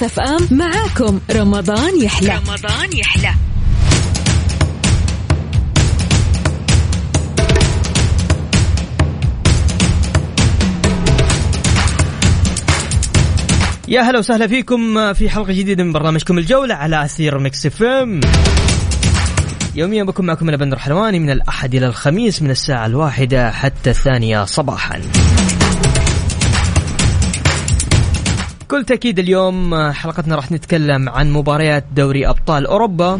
ميكس اف ام. معاكم رمضان يحلى. رمضان يحلى. يا هلا وسهلا فيكم في حلقة جديدة من برنامجكم الجولة على أثير ميكس اف ام. يوميا بكون معكم أنا بندر حلواني من الأحد إلى الخميس من الساعة 1 حتى 2 صباحا. بكل تأكيد اليوم حلقتنا راح نتكلم عن مباريات دوري أبطال أوروبا،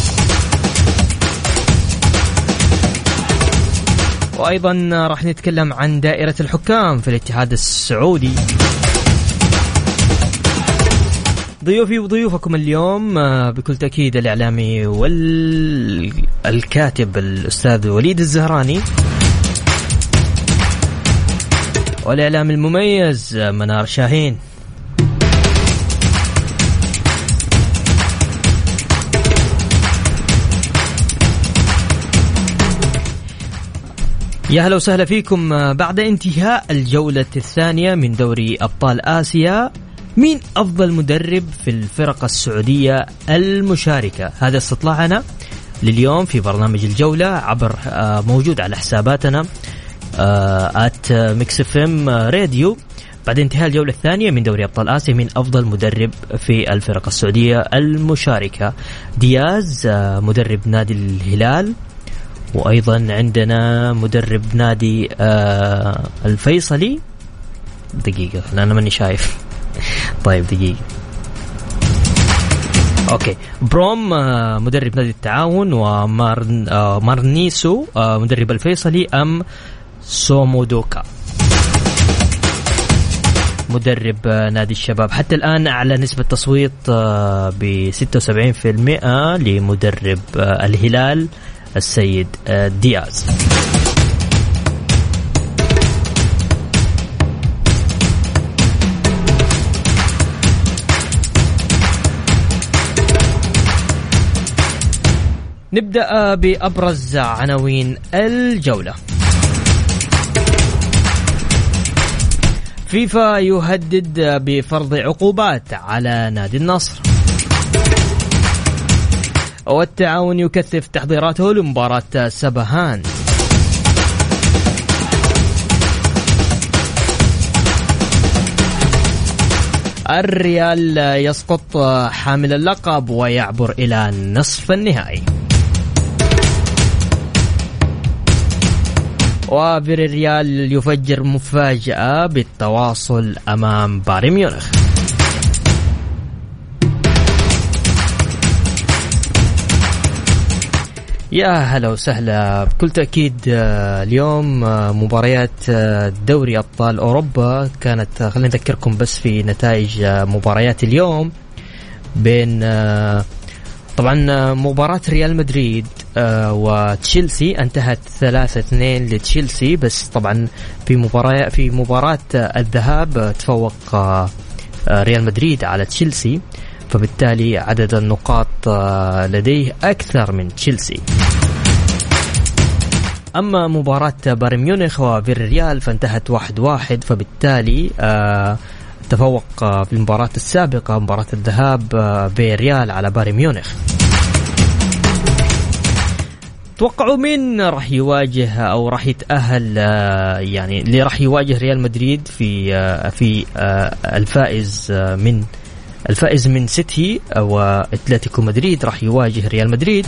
وأيضا راح نتكلم عن دائرة الحكام في الاتحاد السعودي. ضيوفي وضيوفكم اليوم بكل تأكيد الإعلامي والكاتب الأستاذ وليد الزهراني، والإعلام المميز منار شاهين. يا هلا وسهلا فيكم. بعد انتهاء الجولة الثانية من دوري أبطال آسيا، مين أفضل مدرب في الفرق السعودية المشاركة؟ هذا استطلاعنا لليوم في برنامج الجولة عبر موجود على حساباتنا @mixfm راديو. بعد انتهاء الجولة الثانية من دوري أبطال آسيا، مين أفضل مدرب في الفرق السعودية المشاركة؟ دياز مدرب نادي الهلال، وأيضا عندنا مدرب نادي الفيصلي. دقيقة أنا ماني شايف. طيب دقيقة. أوكي، بروم مدرب نادي التعاون، ومارنيسو مدرب الفيصلي، أم سومودوكا مدرب نادي الشباب. حتى الآن أعلى نسبة تصويت ب76% لمدرب الهلال السيد دياز. نبدأ بأبرز عناوين الجولة. فيفا يهدد بفرض عقوبات على نادي النصر، والتعاون يكثف تحضيراته لمباراة سبهان. الريال يسقط حامل اللقب ويعبر إلى نصف النهائي. وفيريال يفجر مفاجأة بالتواصل أمام بايرن ميونخ. يا هلا وسهلا. بكل تأكيد اليوم مباريات دوري أبطال أوروبا كانت. خلينا نذكركم بس في نتائج مباريات اليوم بين طبعا مباراة ريال مدريد وتشيلسي انتهت 3-2 لتشيلسي، بس طبعا في مباراة الذهاب تفوق ريال مدريد على تشيلسي، فبالتالي عدد النقاط لديه أكثر من تشيلسي. أما مباراة بايرن ميونخ وفيريال فانتهت 1-1، فبالتالي تفوق في المباراة السابقة مباراة الذهاب فيريال على بايرن ميونخ. توقعوا مين راح يواجه أو راح يتأهل، يعني اللي راح يواجه ريال مدريد في الفائز من سيتي وأتلتيكو مدريد راح يواجه ريال مدريد.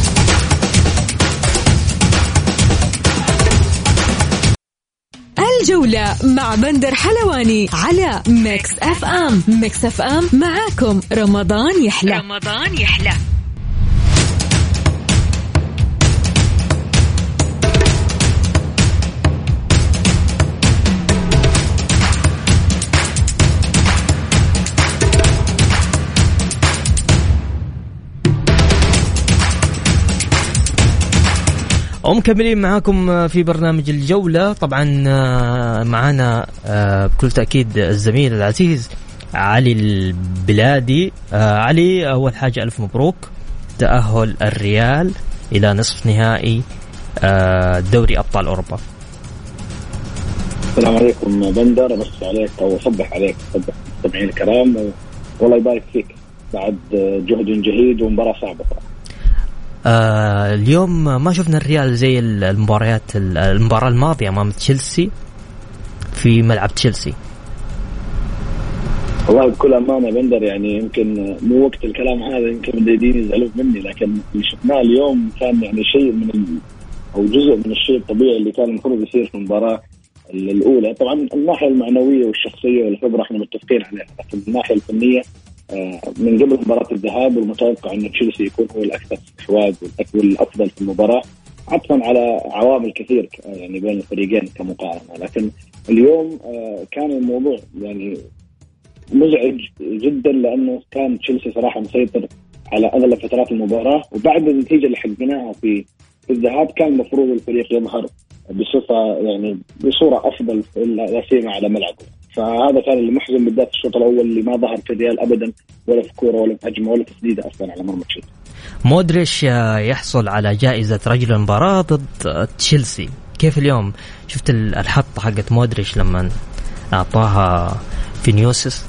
الجولة مع بندر حلواني على ميكس اف ام. ميكس اف ام معاكم رمضان يحلى. رمضان يحلى. ومكملين معاكم في برنامج الجولة. طبعا معنا بكل تأكيد الزميل العزيز علي البلادي. علي، أول حاجة ألف مبروك تأهل الريال إلى نصف نهائي دوري أبطال أوروبا. السلام عليكم بندر، أمسي عليك أو صبح عليك، صبح المستمعين الكرام والله يبارك فيك، بعد جهد جهيد ومباراة صعبة صراحة. اليوم ما شفنا الريال زي المباراة الماضية أمام تشيلسي في ملعب تشيلسي. والله بكل أمانة بندر يعني يمكن مو وقت الكلام هذا، يمكن مدريدين يزعلون مني، لكن اللي شفناه اليوم كان يعني شيء أو جزء من الشيء الطبيعي اللي كان المفروض يصير في المباراة الأولى. طبعا الناحية المعنوية والشخصية والخبرة احنا متفقين عليها، لكن الناحية الفنية من قبل مباراة الذهاب والمتوقع أن تشيلسي يكون هو الأكثر استحواذ والأفضل في المباراة، عطفا على عوامل كثير يعني بين الفريقين كمقارنة. لكن اليوم كان الموضوع يعني مزعج جدا، لأنه كان تشيلسي صراحة مسيطر على أغلب فترات المباراة، وبعد النتيجة اللي حققناها في الذهاب كان المفروض الفريق يظهر بصفة يعني بصورة أفضل لا سيما على ملعبه. فهذا كان اللي محزن بالذات الشوط الأول اللي ما ظهر في الريال أبدا، ولا في كورة ولا في هجمة ولا تسديدة أصلا على مرمى تشيلسي. مودريتش يحصل على جائزة رجل المباراة ضد تشيلسي، كيف اليوم شفت الحطة حقت مودريتش لما أعطاها فينيوسيس؟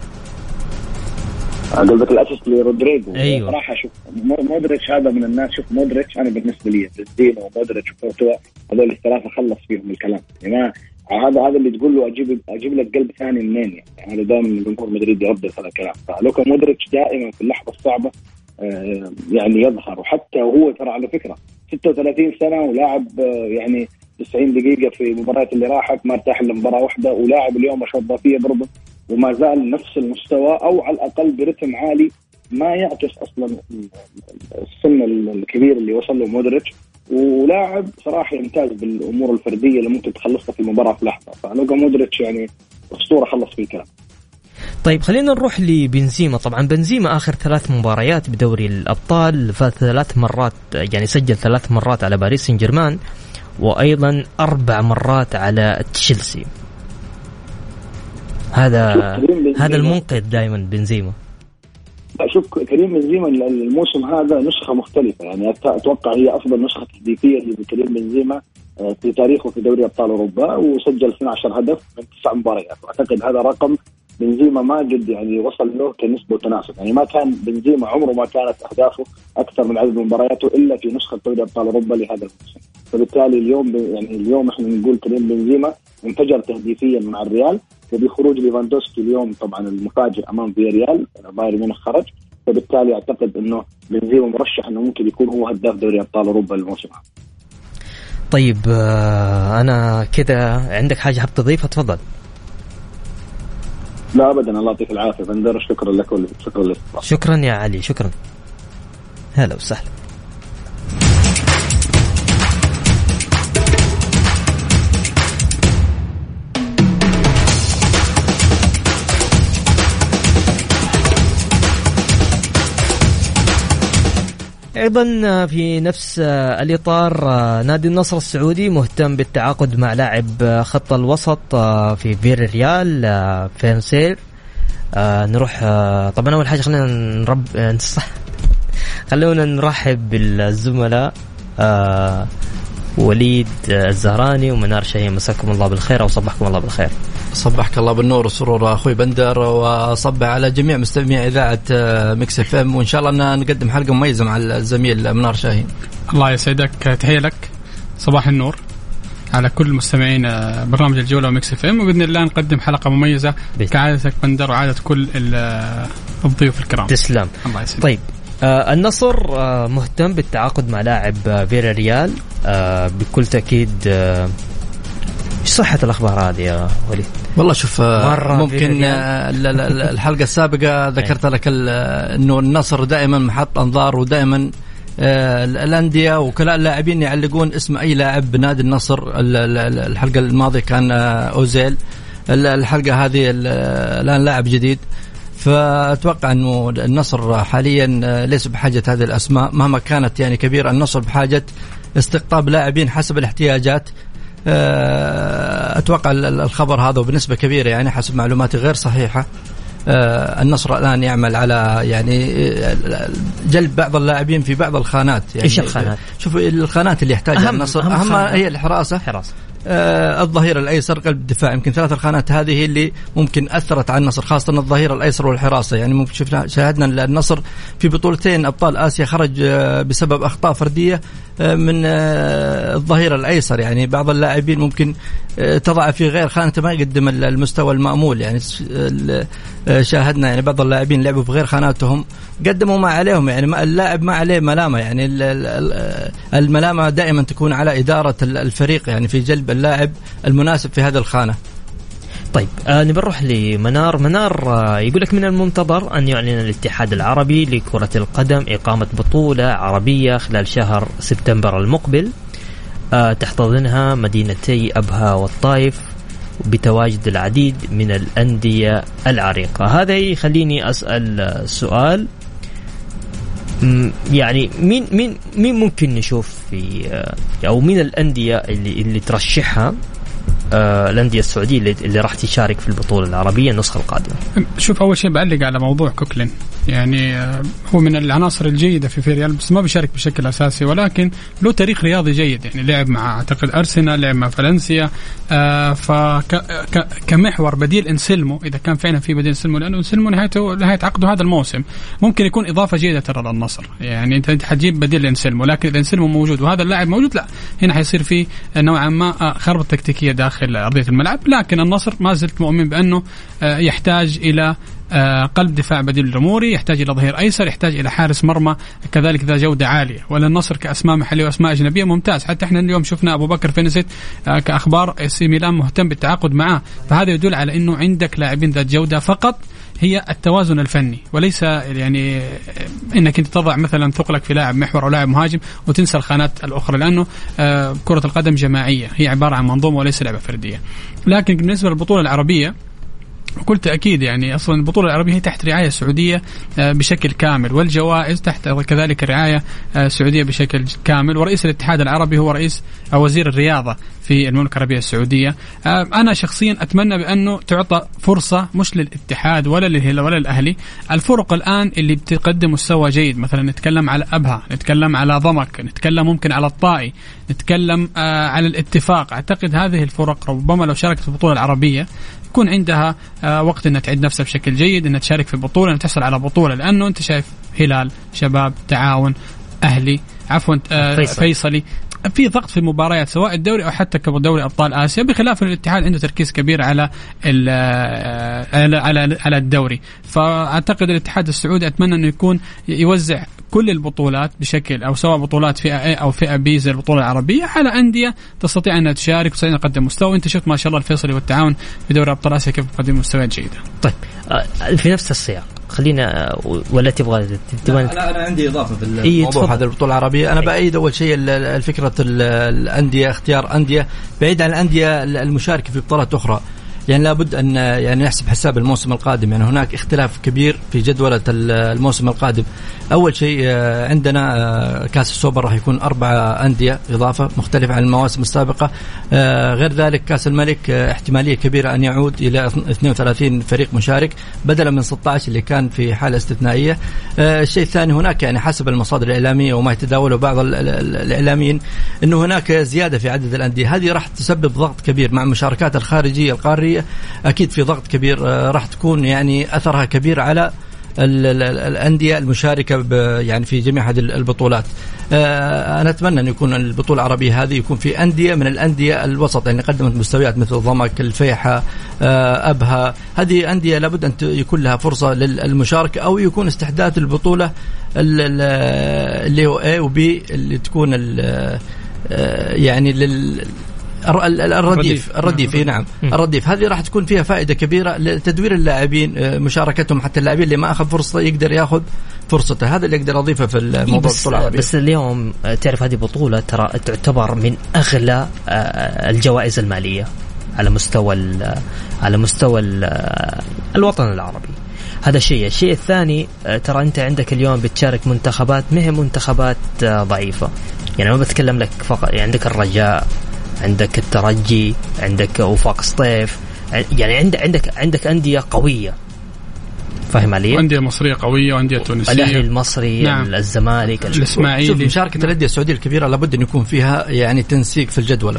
قلبك الأساس لرودريجو. أيوة. صراحة شوف مودريتش هذا من الناس، شوف مودريتش أنا بالنسبة لي بنزيما ومودريتش وكورتوا هذول الثلاثة خلص فيهم الكلام يعني. هذا اللي تقول له أجيب لك قلب ثاني منين يعني. هذا دائما الجمهور مدريد يردد هذا الكلام. فلوكا مودريتش دائما في اللحظة الصعبة يعني يظهر، وحتى هو ترى على فكرة 36 سنة ولاعب يعني 90 دقيقة في المباريات اللي راحت، ما ارتاح إلا مباراة واحدة، ولاعب اليوم أشواط إضافية برضه، وما زال نفس المستوى أو على الأقل برتم عالي ما يعكس أصلا السن الكبير اللي وصل له مودريتش، ولاعب صراحة يمتاز بالأمور الفردية اللي ممكن تخلصها في المباراة في لحظة. فلوكا مودريتش يعني أسطورة خلص فيه الكلام. طيب خلينا نروح لبنزيما. طبعا بنزيما آخر 3 مباريات بدوري الأبطال فاز 3 مرات، يعني سجل 3 مرات على باريس سان جيرمان، وأيضا 4 مرات على تشيلسي. هذا المنقذ دائما بنزيما. شوف كريم بنزيما الموسم هذا نسخة مختلفة يعني. أتوقع هي أفضل نسخة تهديفية لكريم بنزيما في تاريخه في دوري أبطال أوروبا، وسجل 12 هدف من 9 مباريات. وأعتقد هذا رقم بنزيما ما قد يعني وصل له كنسبة وتناسب يعني. ما كان بنزيما عمره ما كانت أهدافه أكثر من عدد مبارياته إلا في نسخة دوري أبطال أوروبا لهذا الموسم. فبالتالي اليوم إحنا نقول كريم بنزيما انفجر تهديفيا مع الريال، وبخروج ليفاندوسكي اليوم طبعا المفاجئ أمام فياريال بايرن ميونخ خرج. فبالتالي أعتقد إنه بنزيما مرشح إنه ممكن يكون هو هداف دوري أبطال أوروبا الموسم هذا. طيب أنا كده عندك حاجة حاب تضيفها؟ تفضل. لا أبدا، الله يعطيك العافية بندر، شكرا لك وشكرا لك. شكرا يا علي، شكرا. هلا وسهلا. أيضا في نفس الإطار نادي النصر السعودي مهتم بالتعاقد مع لاعب خط الوسط في فياريال فينسير. نروح طبعا أول حاجة خلونا نرحب بالزملاء وليد الزهراني ومنار شاهين. مساكم الله بالخير أو صبحكم الله بالخير. صبحك الله بالنور والسرور أخوي بندر، وصبح على جميع مستمعي إذاعة ميكس اف ام، وإن شاء الله أن نقدم حلقة مميزة مع الزميل منار شاهين. الله يسعدك، تحية لك، صباح النور على كل مستمعين برنامج الجولة وميكس اف ام، وبإذن الله نقدم حلقة مميزة كعادتك بندر وعادة كل الضيوف الكرام. تسلم. الله يسعدك. طيب النصر مهتم بالتعاقد مع لاعب فياريال بكل تأكيد. صحة الأخبار هذه يا وليد؟ والله شوف ممكن الحلقة السابقة ذكرت لك إنه النصر دائما محط أنظار، ودائما الأندية وكلاء اللاعبين يعلقون اسم أي لاعب بنادي النصر. الحلقة الماضية كان أوزيل، الحلقة هذه الآن لاعب جديد. فأتوقع أنه النصر حاليا ليس بحاجة هذه الأسماء مهما كانت يعني كبيرة. النصر بحاجة استقطاب لاعبين حسب الاحتياجات. أتوقع الخبر هذا بنسبة كبيرة يعني حسب معلوماتي غير صحيحة. النصر الآن يعمل على يعني جلب بعض اللاعبين في بعض الخانات. يعني إيش الخانات؟ شوف الخانات اللي يحتاجها النصر أهم هي الحراسة. الظهير الأيسر، قلب الدفاع. يمكن 3 الخانات هذه اللي ممكن أثرت على النصر، خاصة الظهير الأيسر والحراسة. يعني ممكن شاهدنا النصر في بطولتين أبطال آسيا خرج بسبب أخطاء فردية من الظهير الأيسر. يعني بعض اللاعبين ممكن تضع في غير خانته ما يقدم المستوى المأمول. يعني شاهدنا يعني بعض اللاعبين لعبوا في غير خاناتهم قدموا ما عليهم. يعني اللاعب ما عليه ملامة، يعني الملامة دائما تكون على إدارة الفريق، يعني في جلب اللاعب المناسب في هذه الخانة. طيب نروح لمنار. يقول لك من المنتظر أن يعلن الاتحاد العربي لكرة القدم إقامة بطولة عربية خلال شهر سبتمبر المقبل تحتضنها مدينتي أبها والطائف بتواجد العديد من الأندية العريقة. هذا يخليني أسأل سؤال، يعني مين ممكن نشوف في أو من الأندية اللي ترشحها الأندية السعودية اللي راح تشارك في البطولة العربية النسخة القادمة؟ شوف، أول شيء بعلق على موضوع كوكلين. يعني هو من العناصر الجيدة في ريال، بس ما بيشارك بشكل أساسي، ولكن له تاريخ رياضي جيد. يعني لعب مع أعتقد أرسنال، لعب مع فالنسيا، كمحور بديل إنسلمو إذا كان فعلا في بديل إنسلمو، لأنه إنسلمو نهاية عقده هذا الموسم ممكن يكون إضافة جيدة ترى للنصر. يعني أنت حتجيب بديل إنسلمو، لكن إذا إنسلمو موجود وهذا اللاعب موجود، لا هنا حيصير في نوعا ما خربة تكتيكية داخل أرضية الملعب. لكن النصر ما زلت مؤمن بأنه يحتاج إلى قلب دفاع بديل رموري، يحتاج إلى ظهير أيسر، يحتاج إلى حارس مرمى كذلك ذا جودة عالية. ولا النصر كأسماء محلية وأسماء أجنبية ممتاز. حتى إحنا اليوم شفنا أبو بكر فينيسيت كأخبار سي ميلان مهتم بالتعاقد معه، فهذا يدل على إنه عندك لاعبين ذات جودة. فقط هي التوازن الفني، وليس يعني إنك أنت تضع مثلا ثقلك في لاعب محور أو لاعب مهاجم وتنسى الخانات الأخرى، لأنه كرة القدم جماعية، هي عبارة عن منظومة وليس لعبة فردية. لكن بالنسبة للبطولة العربية بكل تأكيد يعني أصلا البطولة العربية هي تحت رعاية سعودية بشكل كامل، والجوائز تحت كذلك رعاية سعودية بشكل كامل. ورئيس الاتحاد العربي هو رئيس أو وزير الرياضة في المملكة العربية السعودية. أنا شخصيا أتمنى بأنه تعطى فرصة مش للاتحاد ولا للهلال ولا للأهلي، الفرق الآن اللي بتقدم مستوى جيد. مثلا نتكلم على أبها، نتكلم على ضمك، نتكلم ممكن على الطائي، نتكلم على الاتفاق. أعتقد هذه الفرق ربما لو شاركت في البطولة العربية يكون عندها وقت أنها تعد نفسها بشكل جيد، أنها تشارك في البطولة، أنها تحصل على بطولة. لأنه أنت شايف هلال، شباب، تعاون، أهلي، عفوا فيصلي، في ضغط في المباريات سواء الدوري أو حتى كدوري أبطال آسيا، بخلاف الاتحاد عنده تركيز كبير على الدوري. فأعتقد الاتحاد السعودي أتمنى أنه يكون يوزع كل البطولات بشكل أو سواء بطولات فئة A أو فئة B زي البطولة العربية على أندية تستطيع أنها تشارك وتستطيع أن تقدم مستوى. أنت شفت ما شاء الله الفيصلي والتعاون في دوري أبطال آسيا كيف تقدم مستويات جيدة. طيب في نفس السياق خلينا ولا تبغى أنا عندي إضافة في الموضوع هذا البطولة العربية. أنا بأيد أول شيء الفكرة الأندية، اختيار أندية بعيد عن الأندية المشاركة في بطولات أخرى. يعني لابد أن يعني نحسب حساب الموسم القادم. يعني هناك اختلاف كبير في جدولة الموسم القادم. أول شيء عندنا كأس السوبر راح يكون 4 أندية إضافة مختلفة عن المواسم السابقة. غير ذلك كأس الملك احتمالية كبيرة أن يعود إلى 32 فريق مشارك بدلا من 16 اللي كان في حالة استثنائية. الشيء الثاني هناك يعني حسب المصادر الإعلامية وما يتداوله بعض الإعلاميين أنه هناك زيادة في عدد الأندية. هذه راح تسبب ضغط كبير مع المشاركات الخارجية القارية. أكيد في ضغط كبير راح تكون يعني أثرها كبير على الأندية المشاركة يعني في جميع هذه البطولات. أنا أتمنى أن يكون البطولة العربية هذه يكون في أندية من الأندية الوسط يعني قدمت مستويات مثل ضمك، الفيحة، أبها. هذه أندية لابد أن يكون لها فرصة للمشاركة أو يكون استحداث البطولة اللي هو A و B اللي تكون يعني الرديف نعم الرديف. هذه راح تكون فيها فائدة كبيرة لتدوير اللاعبين، مشاركتهم حتى اللاعبين اللي ما أخذ فرصة يقدر يأخذ فرصته. هذا اللي أقدر أضيفه في الموضوع البطولة العربية. بس اليوم تعرف هذه بطولة ترى تعتبر من أغلى الجوائز المالية على مستوى الوطن العربي. هذا الشيء الثاني ترى أنت عندك اليوم بتشارك منتخبات مهم منتخبات ضعيفة. يعني ما بتكلم لك فقط يعني عندك الرجاء، عندك الترجي، عندك وفاق سطيف، يعني عندك أندية قوية، فاهم علي؟ أندية مصرية قوية وأندية تونسية، الأهلي المصري، نعم. الزمالك، الإسماعيلي. مشاركة الأندية السعودية الكبيرة لابد أن يكون فيها يعني تنسيق في الجدولة.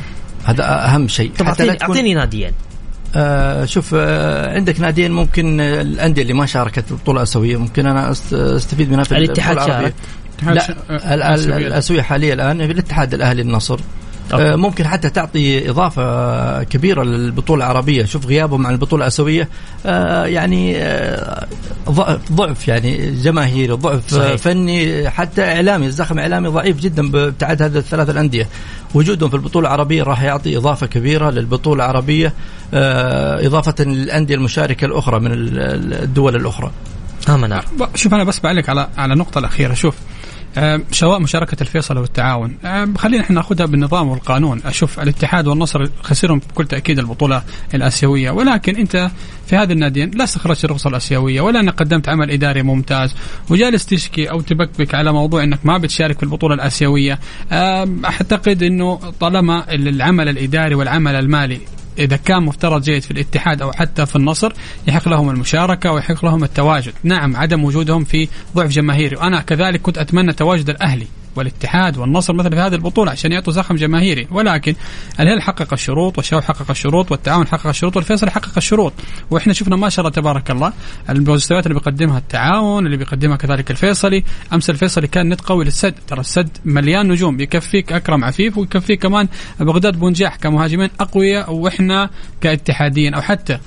هذا اهم شيء. طب اعطيني ناديين. شوف عندك ناديين ممكن الأندية اللي ما شاركت في البطولة الآسيوية ممكن أنا استفيد منها في الاتحاد شارك. لا الآسيوية حاليا الآن الاتحاد الأهلي النصر. ممكن حتى تعطي إضافة كبيرة للبطولة العربية. شوف غيابهم عن البطولة الآسيوية يعني ضعف يعني جماهيري، ضعف فني، حتى إعلامي، الزخم إعلامي ضعيف جدا بابتعاد هذه الثلاث الأندية. وجودهم في البطولة العربية راح يعطي إضافة كبيرة للبطولة العربية، إضافة للأندية المشاركة الأخرى من الدول الأخرى. شوف أنا بس بعلق على النقطة الأخيرة. شوف سواء مشاركة الفيصل والتعاون، خلينا احنا ناخذها بالنظام والقانون. أشوف الاتحاد والنصر خسرهم بكل تأكيد البطولة الآسيوية، ولكن أنت في هذا الناديين لا استخرجت الرخصة الآسيوية ولا أنك قدمت عمل إداري ممتاز وجالس تشكي أو تبكبك على موضوع أنك ما بتشارك في البطولة الآسيوية. أعتقد أنه طالما العمل الإداري والعمل المالي إذا كان مفترض جيد في الاتحاد أو حتى في النصر يحق لهم المشاركة ويحق لهم التواجد. نعم عدم وجودهم في ضعف جماهيري، وأنا كذلك كنت أتمنى تواجد الأهلي والاتحاد والنصر مثلا في هذه البطولة عشان يعطوا زخم جماهيري، ولكن الهلال حقق الشروط والشاو حقق الشروط والتعاون حقق الشروط والفيصل حقق الشروط. وإحنا شفنا ما شاء الله تبارك الله المستويات اللي بيقدمها التعاون اللي بيقدمها كذلك الفيصلي. أمس الفيصلي كان نت قوي للسد، ترى السد مليان نجوم، يكفيك أكرم عفيف ويكفيك كمان بغداد بونجاح كمهاجمين أقوياء، وإحنا كاتحاديين أو حتى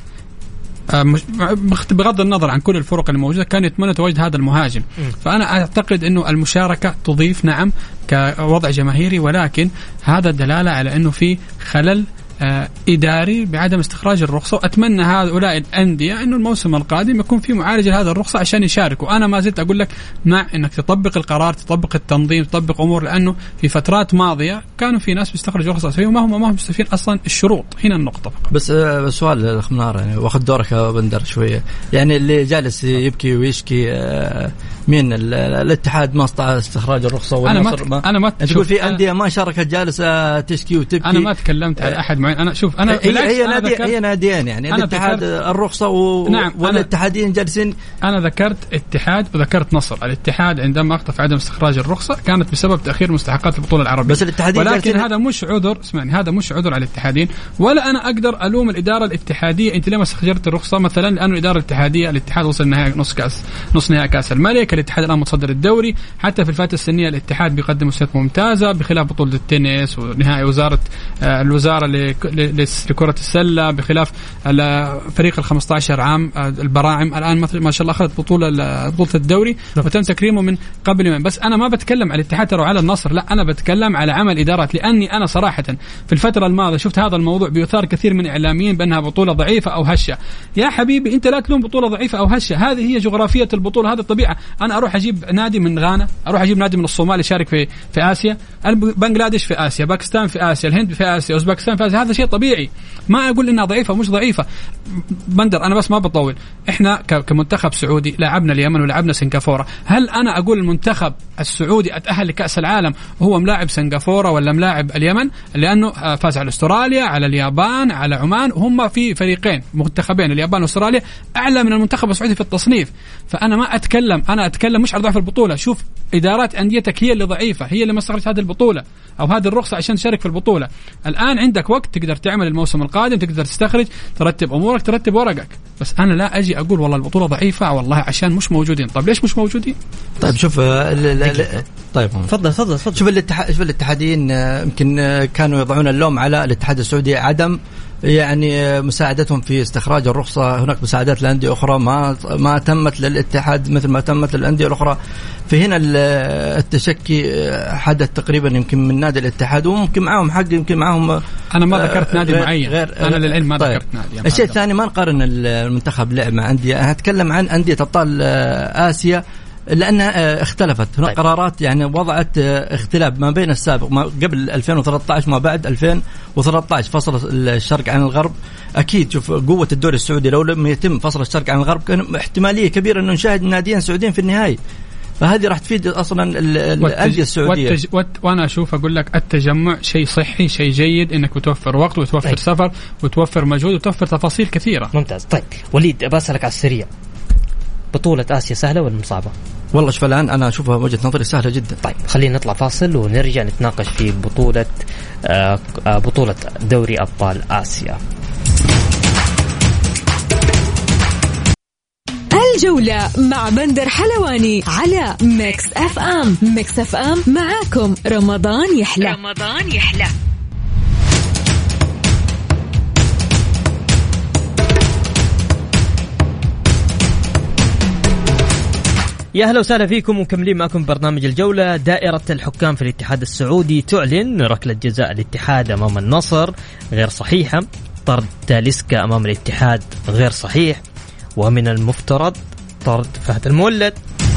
بغض النظر عن كل الفرق الموجودة كان يتمنى تواجد هذا المهاجم. فأنا أعتقد أنه المشاركة تضيف نعم كوضع جماهيري، ولكن هذا دلالة على أنه في خلل إداري بعدم استخراج الرخصة. وأتمنى هؤلاء الأندية أنه الموسم القادم يكون في معالجة لهذا الرخصة عشان يشاركوا. أنا ما زلت أقول لك مع أنك تطبق القرار، تطبق التنظيم، تطبق أمور، لأنه في فترات ماضية كانوا في ناس بيستخرجوا رخصة آسيوية وما هم مستفين أصلا الشروط. هنا النقطة فقط. بس سؤال الخمنار يعني واخذ دورك يا بندر شوية، يعني اللي جالس يبكي ويشكي مين الاتحاد ما استطاع استخراج الرخصة والنصر أنا ما تقول في أندية ما شاركت جالسة تشكي وتبكي. أنا ما تكلمت على أحد معين. أنا شوف أنا هي ناديين يعني الاتحاد الرخصة نعم والاتحادين جالسين. أنا ذكرت اتحاد وذكرت نصر. الاتحاد عندما أخطأ عدم استخراج الرخصة كانت بسبب تأخير مستحقات البطولة العربية، بس الاتحادين ولكن هذا مش عذر. اسمعني، هذا مش عذر على الاتحادين، ولا أنا أقدر ألوم الإدارة الاتحادية أنت لما استخرجت الرخصة مثلا، لأنه الإدارة الاتحادية الاتحاد وصل نهائي نص نهائي كأس الملك، الاتحاد الآن متصدر الدوري، حتى في الفئات السنية الاتحاد بيقدم مستويات ممتازة بخلاف بطولة التنس ونهائي الوزارة لكرة السلة، بخلاف فريق ال15 عام البراعم الآن ما شاء الله أخذت بطولة الدوري وتم تكريمه من قبل يومين. بس أنا ما بتكلم على الاتحاد أو على النصر، لا أنا بتكلم على عمل إدارات، لأني أنا صراحة في الفترة الماضية شفت هذا الموضوع بيثار كثير من إعلاميين بأنها بطولة ضعيفة أو هشة. يا حبيبي أنت لا تلوم بطولة ضعيفة أو هشة، هذه هي جغرافية البطولة، هذه الطبيعة. أنا أروح أجيب نادي من غانا، أروح أجيب نادي من الصومال يشارك في آسيا، بنغلاديش في آسيا، باكستان في آسيا، الهند في آسيا، أوزبكستان في آسيا، هذا شيء طبيعي. ما أقول إنها ضعيفة مش ضعيفة. بندر أنا بس ما بطول، إحنا كمنتخب سعودي لعبنا اليمن ولعبنا سنغافورة. هل أنا أقول المنتخب السعودي أتأهل لكأس العالم وهو ملاعب سنغافورة ولا ملاعب اليمن؟ لأنه فاز على أستراليا، على اليابان، على عمان، وهم في فريقين منتخبين اليابان وأستراليا أعلى من المنتخب السعودي في التصنيف. فأنا ما أتكلم، أنا أتكلم مش على ضعف البطولة. شوف إدارات أنديتك هي اللي ضعيفة، هي اللي ما استخرجت هذه البطولة أو هذه الرخصة عشان تشارك في البطولة. الآن عندك وقت تقدر تعمل الموسم القادم، تقدر تستخرج، ترتب أمورك، ترتب ورقك. بس أنا لا أجي أقول والله البطولة ضعيفة والله عشان مش موجودين. طيب ليش مش موجودين؟ طيب شوف طيب تفضل. شوف الاتحادين يمكن كانوا يضعون اللوم على الاتحاد السعودي عدم يعني مساعدتهم في استخراج الرخصة. هناك مساعدات لأندية أخرى ما تمت للاتحاد مثل ما تمت للأندية الأخرى. فهنا التشكي حدث تقريبا يمكن من نادي الاتحاد، وممكن معهم حق، يمكن معهم. أنا ما ذكرت نادي معين، أنا للعلم ما ذكرت نادي. الشيء الثاني ما نقارن المنتخب لعب مع أندية، أنا أتكلم عن أندية أبطال آسيا لأنها اختلفت. هناك قرارات يعني وضعت اختلاف ما بين السابق ما قبل 2013 ما بعد 2013 فصل الشرق عن الغرب. أكيد شوف قوة الدوري السعودي لو لم يتم فصل الشرق عن الغرب كان احتمالية كبيرة أنه نشاهد ناديين سعوديين في النهاية، فهذه راح تفيد أصلا الأندية السعودية. وأنا أشوف أقول لك التجمع شيء صحي، شيء جيد، إنك بتوفر وقت وتوفر سفر وتوفر مجهود وتوفر تفاصيل كثيرة. ممتاز. طيب وليد بسألك على السريع، بطولة آسيا سهلة ولا صعبة؟ والله شوف الآن أنا أشوفها وجهة نظري سهلة جدا. طيب خلينا نطلع فاصل ونرجع نتناقش في بطولة بطولة دوري أبطال آسيا. الجولة مع بندر حلواني على ميكس اف ام. ميكس اف ام معاكم رمضان يحلى. يا أهلا وسهلا فيكم ومكملين معكم برنامج الجولة. دائرة الحكام في الاتحاد السعودي تعلن ركلة جزاء الاتحاد أمام النصر غير صحيحة، طرد تاليسكا أمام الاتحاد غير صحيح، ومن المفترض طرد فهد المولد.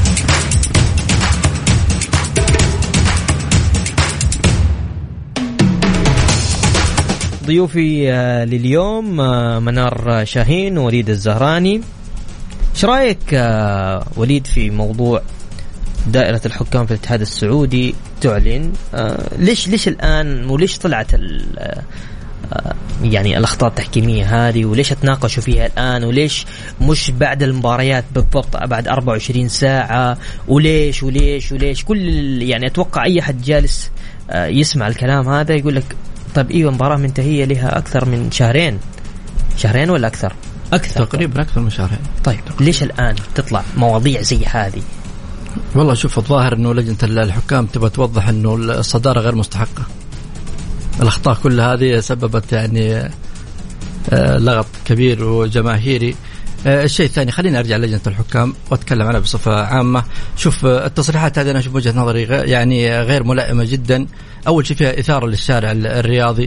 ضيوفي لليوم منار شاهين ووليد الزهراني. ايش رايك وليد في موضوع دائرة الحكام في الاتحاد السعودي تعلن ليش الآن وليش طلعت يعني الأخطاء التحكيمية هذه، وليش تناقشوا فيها الآن، وليش مش بعد المباريات بالضبط بعد 24 ساعة، وليش كل يعني أتوقع أي حد جالس يسمع الكلام هذا يقول لك طب إيه مباراة منتهية لها أكثر من شهرين ولا أكثر تقريبا أكثر من شهرين. طيب ليش الآن تطلع مواضيع زي هذه؟ والله شوف، الظاهر إنه لجنة الحكام تبغى توضح إنه الصدارة غير مستحقة. الأخطاء كل هذه سببت يعني لغط كبير وجماهيري. الشيء الثاني، خلينا أرجع لجنة الحكام وأتكلم عنها بصفة عامة. شوف التصريحات هذه أنا أشوف وجهة نظري يعني غير ملائمة جدا. أول شيء فيها إثارة للشارع الرياضي.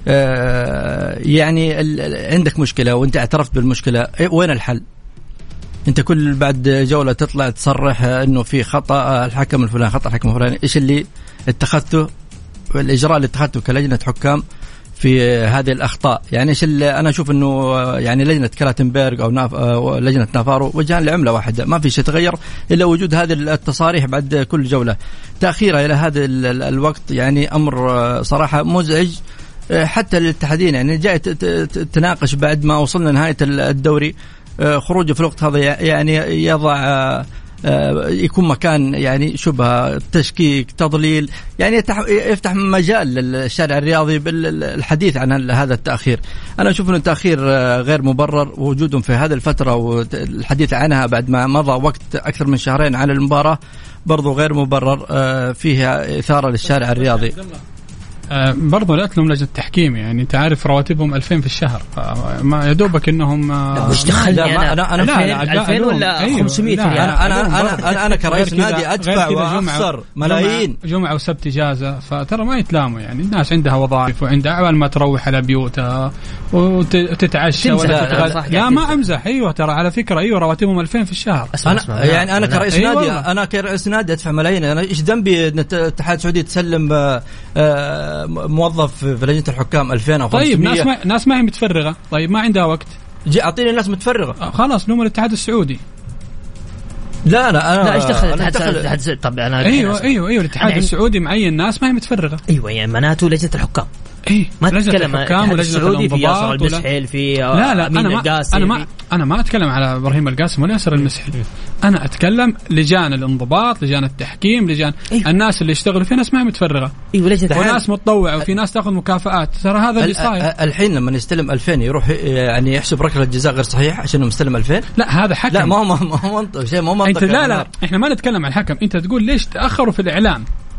يعني عندك مشكلة وأنت اعترفت بالمشكلة، وين الحل؟ أنت كل بعد جولة تطلع تصرح إنه في خطأ الحكم الفلاني، خطأ الحكم الفلاني. إيش اللي اتخذته، الإجراء اللي اتخذته كلجنة حكام في هذه الأخطاء؟ يعني إيش اللي أنا أشوف إنه يعني لجنة كلاتنبرغ أو لجنة نافارو وجهان لعملة واحدة، ما في شيء تغير إلا وجود هذه التصاريح بعد كل جولة. تأخيرها إلى هذا الوقت يعني أمر صراحة مزعج حتى للاتحادين. يعني جاي تناقش بعد ما وصلنا نهاية الدوري، خروجه في الوقت هذا يعني يضع يكون مكان يعني شبهة، تشكيك، تضليل، يعني يفتح مجال للشارع الرياضي بالحديث عن هذا التأخير. أنا أشوف أن التأخير غير مبرر، وجودهم في هذه الفترة والحديث عنها بعد ما مضى وقت أكثر من شهرين على المباراة برضو غير مبرر، فيها إثارة للشارع الرياضي. برضو لا تلوم لجنة التحكيم، يعني انت عارف رواتبهم 2000 في الشهر، ما يدوبك انهم مش دخلني انا 2000 ولا 500 انا كرئيس نادي ادفع واخسر ملايين. جمعة وسبت اجازة، فترى ما يتلاموا. يعني الناس عندها وظائف وعندها عوال ما تروح على بيوتها وتتعشى ولا تتغدى. لا ما امزح، ايوه ترى على فكرة، ايوه رواتبهم 2000 في الشهر. يعني انا كرئيس نادي، انا كرئيس نادي ادفع ملايين. انا ايش ذنبي ان الاتحاد السعودي تسلم موظف في لجنة الحكام 2500؟ طيب ناس ما هي متفرغة، طيب ما عندها وقت، أعطيني الناس متفرغة. خلاص لوم الاتحاد السعودي. لا ايش دخل الاتحاد؟ طب انا ايوه الاتحاد السعودي معين ناس ما هي متفرغة. ايوه يعني معناته لجنة الحكام. ما تتكلم عن السعودي في ياسر المسحل في أمين القاسم. أنا ما أتكلم على إبراهيم القاسم ولا ياسر المسحل. أنا أتكلم لجان الانضباط، لجان التحكيم، لجان الناس اللي يشتغلوا في ناس ما هي متفرغة، وناس متطوعة، وفي ناس تأخذ مكافآت. ترى هذا اللي صاير الحين. لما يستلم 2000 يروح يعني يحسب ركلة جزاء غير صحيح عشان مستلم 2000. لا هذا حكم. لا ما هو منطق، شيء ما منطق. لا إحنا ما نتكلم عن الحكم. أنت تقول ليش تأخروا في الإعلان؟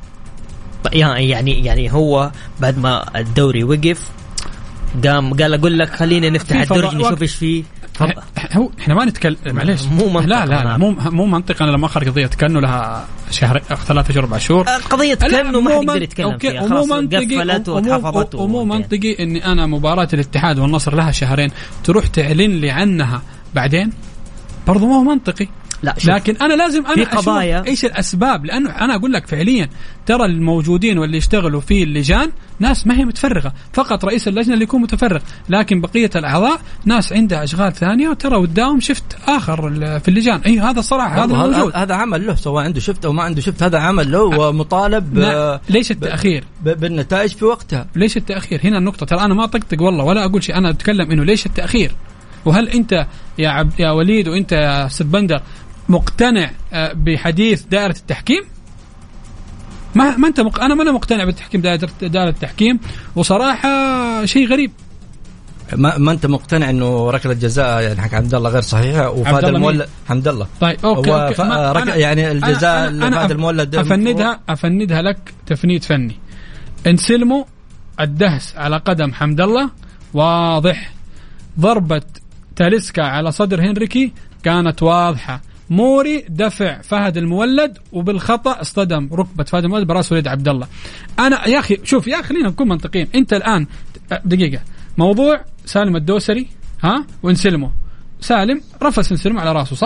يعني هو بعد ما الدوري وقف قال أقول لك خلينا نفتح الدرج نشوف إيش فيه. هو إحنا ما نتكلم، معليش مو منطق. لا مو منطق. أنا لما أخر قضية كأنه لها شهر 3 أشهر 4 شهور، قضية كأنه ما حد يقدر يتكلم فيها، خلاص قفلت واتحفظت. ومو منطقي إني أنا مباراة الاتحاد والنصر لها شهرين تروح تعلن لي عنها بعدين، برضو مو منطقي. لا لكن أنا لازم أنا أشوف إيش الأسباب، لأنه أنا أقول لك فعليا ترى الموجودين واللي يشتغلوا في اللجان ناس ما هي متفرغة، فقط رئيس اللجنة اللي يكون متفرغ، لكن بقية الأعضاء ناس عندها أشغال ثانية، وترى قدامهم شفت آخر في اللجان. أيوه هذا الصراحة، هذا موجود، هذا عمل له، سواء عنده شفت أو ما عنده شفت، هذا عمل له ومطالب. ليش التأخير بالنتائج في وقتها؟ ليش التأخير؟ هنا النقطة. ترى أنا ما طقطق والله ولا أقول شيء، أنا أتكلم إنه ليش التأخير. وهل أنت يا وليد وأنت يا سيد بندر مقتنع بحديث دائرة التحكيم؟ ما انت انا ما مقتنع بالتحكيم، دائرة التحكيم، وصراحه شيء غريب. ما انت مقتنع انه ركله جزاء يعني حق عبد الله غير صحيحه وفاد المولد حمد الله؟ طيب اوكي يعني الجزاء اللي فاد المولد افندها لك تفنيد فني. انسلموا الدهس على قدم حمد الله واضح، ضربه تاليسكا على صدر هنريكي كانت واضحه، موري دفع فهد المولد وبالخطأ اصطدم ركبة فهد المولد براس وليد عبد الله. أنا يا أخي شوف يا أخي خلينا نكون منطقيين. أنت الآن دقيقة، موضوع سالم الدوسري وانسلمه، سالم رفس انسلمه على راسه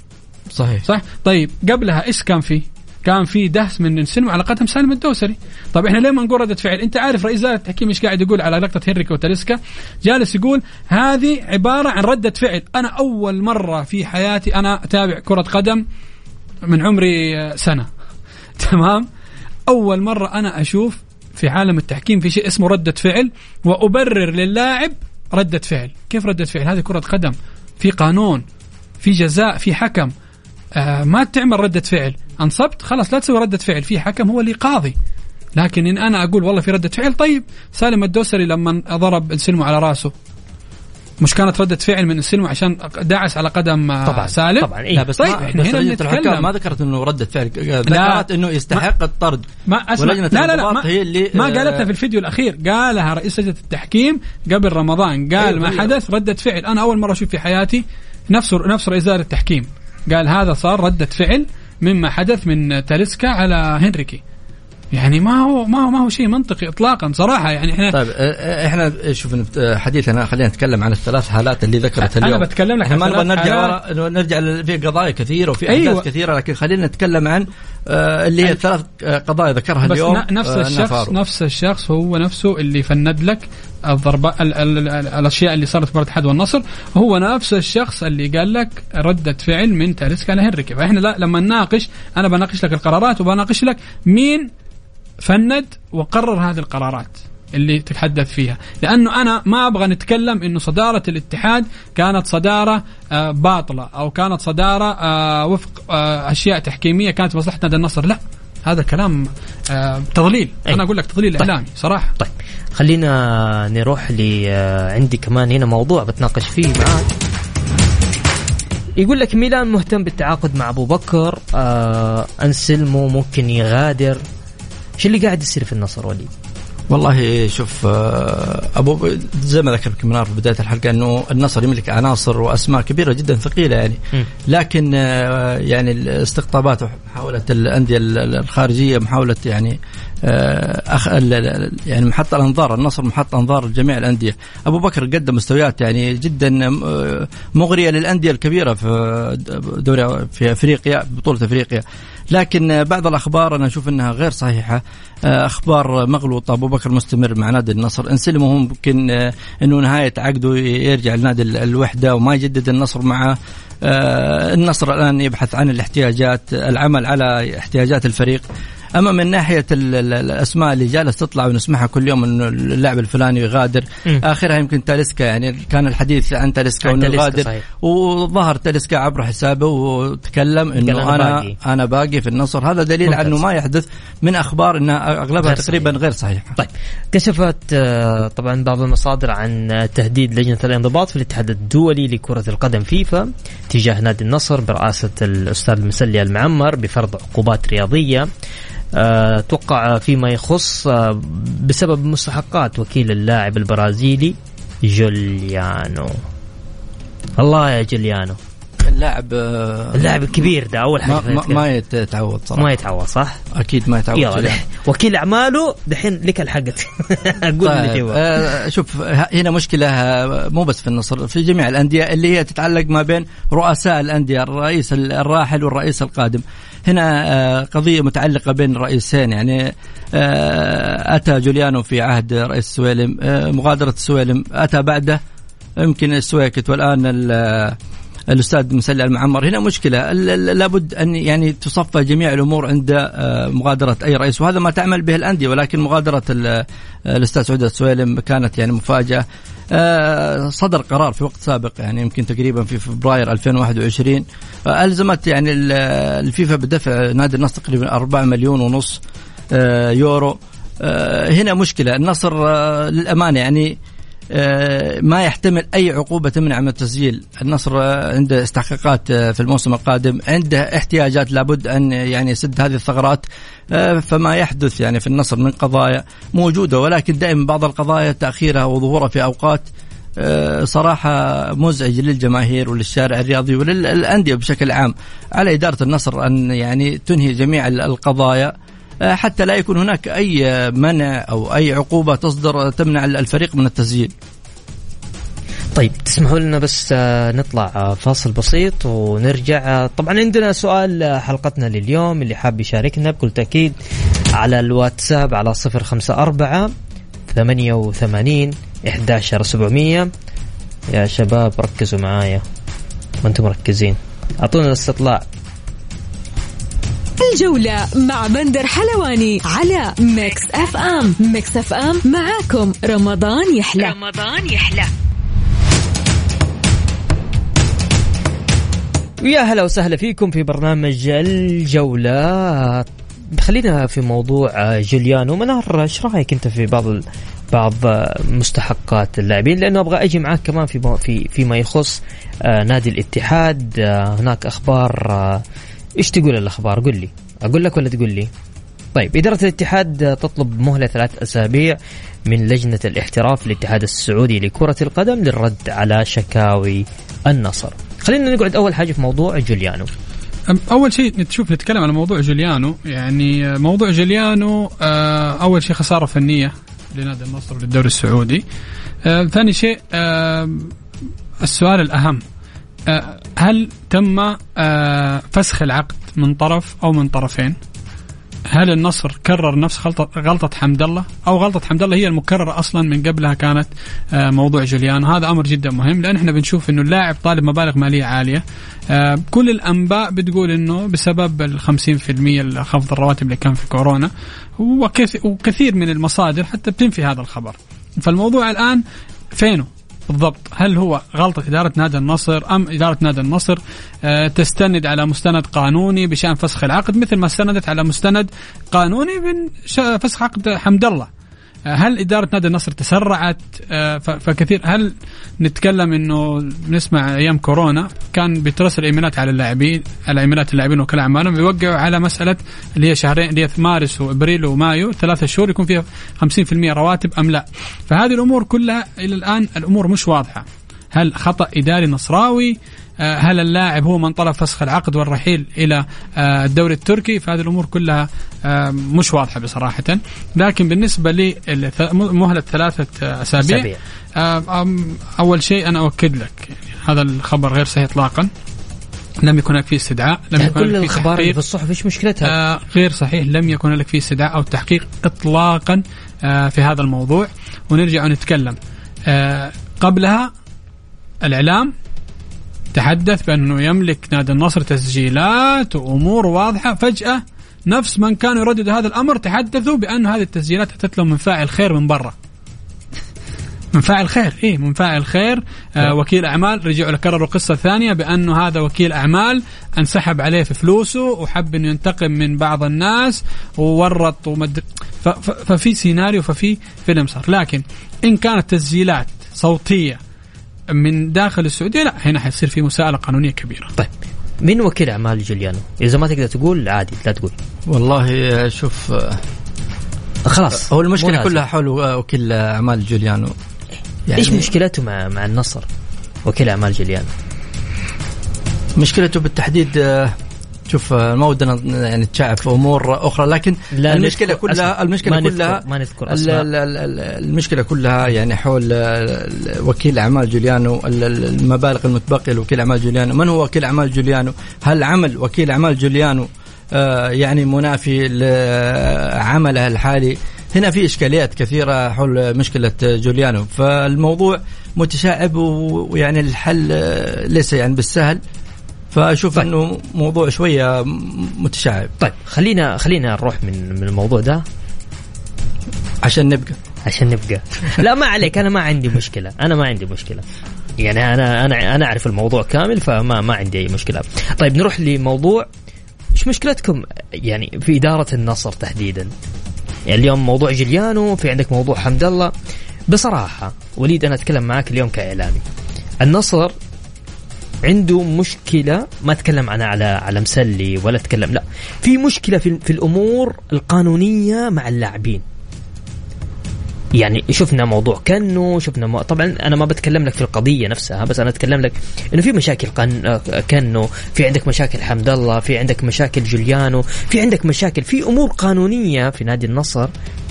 صح. طيب قبلها إيش كان في دهس من انسلمه على قدم سالم الدوسري. طيب احنا ليه ما نقول ردة فعل؟ انت عارف رئيس وزارة التحكيم ايش قاعد يقول على لقطة هنريكي وتاليسكا؟ جالس يقول هذه عبارة عن ردة فعل. انا اول مرة في حياتي انا اتابع كرة قدم من عمري سنة تمام، اول مرة انا اشوف في عالم التحكيم في شيء اسمه ردة فعل وابرر للاعب ردة فعل. كيف ردة فعل؟ هذه كرة قدم، في قانون، في جزاء، في حكم. ما تعمل ردة فعل، انصبت خلاص لا تسوي ردة فعل، في حكم هو اللي قاضي. لكن إن أنا أقول والله في ردة فعل، طيب سالم الدوسري لما ضرب انسلمه على راسه مش كانت ردة فعل من انسلمه عشان داعس على قدم طبعًا سالم؟ طبعًا إيه. بس طيب احنا هنا بنتكلم ما ذكرت إنه ردة فعل، ذكرت إنه يستحق الطرد. ما أسمع لا هي اللي ما قالتها في الفيديو الأخير، قالها رئيس لجنة التحكيم قبل رمضان، قال ما حدث ردة فعل. أنا أول مرة أشوف في حياتي نفس رئيس وزارة التحكيم قال هذا صار ردة فعل مما حدث من تاليسكا على هنريكي. يعني ما هو شيء منطقي اطلاقا صراحه. يعني احنا طيب احنا شوف حديثنا خلينا نتكلم عن الثلاث حالات اللي ذكرت اليوم. انا بتكلم لك ما نبغى نرجع في قضايا كثيره وفي احداث كثيره، لكن خلينا نتكلم عن اللي هي الثلاث قضايا ذكرها اليوم. نفس الشخص هو نفسه اللي فند لك الضربات الاشياء اللي صارت في مباراة الاتحاد والنصر، هو نفس الشخص اللي قال لك ردة فعل من تاليسكا على هنريكي. فاحنا لا، لما نناقش انا بناقش لك القرارات وبناقش لك مين فند وقرر هذه القرارات اللي تتحدث فيها، لأنه أنا ما أبغى نتكلم إنه صدارة الاتحاد كانت صدارة باطلة أو كانت صدارة وفق أشياء تحكيمية كانت مصلحة نادي النصر. لا، هذا كلام تضليل. أنا أقول لك تضليل إعلامي صراحة. طيب خلينا نروح عندي كمان هنا موضوع بتناقش فيه معاك. يقول لك ميلان مهتم بالتعاقد مع أبو بكر، أنسلمو ممكن يغادر. شو اللي قاعد يصير في النصر وليد؟ والله شوف أبو زي ما ذكرت منار في بداية الحلقة أنه النصر يملك عناصر وأسماء كبيرة جدا ثقيلة يعني لكن يعني الاستقطابات ومحاولة الأندية الخارجية محاولة يعني يعني محط الأنظار، النصر محط أنظار جميع الأندية. أبو بكر قدم مستويات يعني جدا مغرية للأندية الكبيرة في دوري في أفريقيا، بطولة أفريقيا، لكن بعض الأخبار أنا أشوف أنها غير صحيحة، أخبار مغلوطة. أبو بكر مستمر مع نادي النصر، انسلمه ممكن أنه نهاية عقده يرجع لنادي الوحدة وما يجدد النصر معه. النصر الآن يبحث عن الاحتياجات، العمل على احتياجات الفريق. أما من ناحية الأسماء اللي جالس تطلع ونسمعها كل يوم إنه اللاعب الفلاني يغادر، آخرها يمكن تاليسكا. يعني كان الحديث عن تاليسكا وإنه يغادر، وظهر تاليسكا عبر حسابه وتكلم إنه أنا باقي في النصر. هذا دليل على إنه ما يحدث من أخبار إنها أغلبها تقريبا غير صحيحة. طيب كشفت طبعا بعض المصادر عن تهديد لجنة الانضباط في الاتحاد الدولي لكرة القدم فيفا تجاه نادي النصر برئاسة الأستاذ المسلي المعمر بفرض عقوبات رياضية توقع فيما يخص بسبب مستحقات وكيل اللاعب البرازيلي جوليانو. الله يا جوليانو، اللاعب الكبير ده أول حاجة ما يتعوض صراحة. ما يتعوض صح؟ أكيد ما يتعوض. وكيل أعماله دحين لك الحقت. أقول طيب شوف هنا مشكلة مو بس في النصر، في جميع الأندية اللي هي تتعلق ما بين رؤساء الأندية، الرئيس الراحل والرئيس القادم. هنا قضية متعلقة بين الرئيسين. يعني أتى جوليانو في عهد رئيس السويلم، مغادرة السويلم أتى بعده يمكن السويكت، والآن الأستاذ مسلي المعمر. هنا مشكلة، لابد أن يعني تصفى جميع الأمور عند مغادرة أي رئيس، وهذا ما تعمل به الأندية. ولكن مغادرة الأستاذ سعود السويلم كانت يعني مفاجأة. صدر قرار في وقت سابق يعني يمكن تقريبا في فبراير 2021 ألزمت يعني الفيفا بدفع نادي النصر تقريبا 4.5 مليون يورو. هنا مشكلة. النصر للأمانة يعني ما يحتمل أي عقوبة تمنع من التسجيل. النصر عنده استحقاقات في الموسم القادم، عنده احتياجات لابد أن يعني يسد هذه الثغرات. فما يحدث يعني في النصر من قضايا موجودة، ولكن دائما بعض القضايا تأخيرها وظهورها في أوقات صراحة مزعج للجماهير وللشارع الرياضي وللأندية بشكل عام. على إدارة النصر أن يعني تنهي جميع القضايا حتى لا يكون هناك أي منع أو أي عقوبة تصدر تمنع الفريق من التسجيل. طيب تسمحوا لنا بس نطلع فاصل بسيط ونرجع. طبعا عندنا سؤال حلقتنا لليوم، اللي حاب يشاركنا بكل تأكيد على الواتساب على 054-88-11700. يا شباب ركزوا معايا وانتم مركزين، أعطونا الاستطلاع. الجولة مع بندر حلواني على ميكس اف ام. ميكس اف ام معاكم رمضان يحلى. ويا هلا وسهلا فيكم في برنامج الجولة. خلينا في موضوع جوليانو. منار، ايش رايك انت في بعض مستحقات اللاعبين؟ لانه ابغى اجي معاك كمان فيما يخص نادي الاتحاد. هناك اخبار. ايش تقول الاخبار؟ قل لي، اقول لك ولا تقول لي؟ طيب، إدارة الاتحاد تطلب مهلة 3 أسابيع من لجنة الاحتراف للاتحاد السعودي لكرة القدم للرد على شكاوي النصر. خلينا نقعد أول حاجة في موضوع جوليانو. أول شيء نتكلم على موضوع جوليانو. يعني موضوع جوليانو أول شيء خسارة فنية لنادي النصر للدوري السعودي. ثاني شيء السؤال الأهم، هل تم فسخ العقد من طرف أو من طرفين؟ هل النصر كرر نفس غلطة حمد الله، أو غلطة حمد الله هي المكررة أصلا من قبلها كانت موضوع جوليانو؟ هذا أمر جدا مهم، لأن احنا بنشوف إنه اللاعب طالب مبالغ مالية عالية. كل الأنباء بتقول إنه بسبب 50% خفض الرواتب اللي كان في كورونا، وكثير من المصادر حتى بتنفي هذا الخبر. فالموضوع الآن فينه بالضبط؟ هل هو غلطة إدارة نادي النصر، أم إدارة نادي النصر تستند على مستند قانوني بشأن فسخ العقد مثل ما استندت على مستند قانوني من فسخ عقد حمد الله؟ هل إدارة نادي النصر تسرعت؟ فكثير. هل نتكلم إنه نسمع أيام كورونا كان بيترسل إيميلات على اللاعبين، على إيميلات اللاعبين وكلاء أعمالهم، بيوقعوا على مسألة اللي هي شهرين، اللي هي مارس وإبريل ومايو، 3 شهور يكون فيها 50% رواتب أم لا؟ فهذه الأمور كلها إلى الآن الأمور مش واضحة. هل خطأ إداري نصراوي؟ هل اللاعب هو من طلب فسخ العقد والرحيل إلى الدوري التركي؟ فهذه الأمور كلها مش واضحة بصراحة. لكن بالنسبة لي مهلة 3 أسابيع، أول شيء أنا أؤكد لك يعني هذا الخبر غير صحيح إطلاقا. لم يكن لك فيه استدعاء، لم يكن كل لك فيه الأخبار تحقيق. في الصحف إيش مشكلتها؟ غير صحيح، لم يكن لك فيه استدعاء أو تحقيق إطلاقا في هذا الموضوع. ونرجع ونتكلم. قبلها الإعلام تحدث بأنه يملك نادي النصر تسجيلات وأمور واضحة. فجأة نفس من كانوا يرددوا هذا الأمر تحدثوا بأن هذه التسجيلات أتت لهم من فاعل خير من برا. من فاعل خير، إيه من فاعل خير. وكيل أعمال. رجعوا لكرروا قصة ثانية بأنه هذا وكيل أعمال انسحب عليه في فلوسه وحب أنه ينتقم من بعض الناس وورط ففي سيناريو، ففي فيلم صار. لكن إن كانت تسجيلات صوتية من داخل السعودية، لا، هنا حيصير في مساءلة قانونية كبيرة. طيب، من وكيل أعمال جوليانو؟ إذا ما تقدر تقول عادي لا تقول. والله شوف، خلاص هو المشكلة كلها حول وكيل أعمال جوليانو. يعني إيش مشكلته مع النصر وكيل أعمال جوليانو؟ مشكلته بالتحديد، شوف ما ودنا يعني نتشعب في امور اخرى، لكن المشكله كلها المشكله كلها يعني حول وكيل اعمال جوليانو. المبالغ المتبقيه لوكيل اعمال جوليانو. من هو وكيل اعمال جوليانو؟ هل عمل وكيل اعمال جوليانو يعني منافي لعمله الحالي؟ هنا في اشكاليات كثيره حول مشكله جوليانو، فالموضوع متشعب ويعني الحل ليس يعني بالسهل. فأشوف أنه موضوع شوية متشعب. طيب خلينا نروح من الموضوع ده عشان نبقى. لا ما عليك، أنا ما عندي مشكلة. يعني أنا أعرف الموضوع كامل، فما عندي أي مشكلة. طيب نروح لموضوع إيش مشكلتكم يعني في إدارة النصر تحديدا؟ يعني اليوم موضوع جيليانو، في عندك موضوع حمد الله. بصراحة وليد أنا أتكلم معاك اليوم كإعلامي، النصر عنده مشكلة، ما أتكلم عنها على مسلي ولا أتكلم، لا، في مشكلة في الأمور القانونية مع اللاعبين. يعني شفنا موضوع كنو، شفنا طبعا أنا ما بتكلم لك في القضية نفسها، بس أنا أتكلم لك إنه في مشاكل كنو، في عندك مشاكل حمد الله، في عندك مشاكل جوليانو، في عندك مشاكل في أمور قانونية في نادي النصر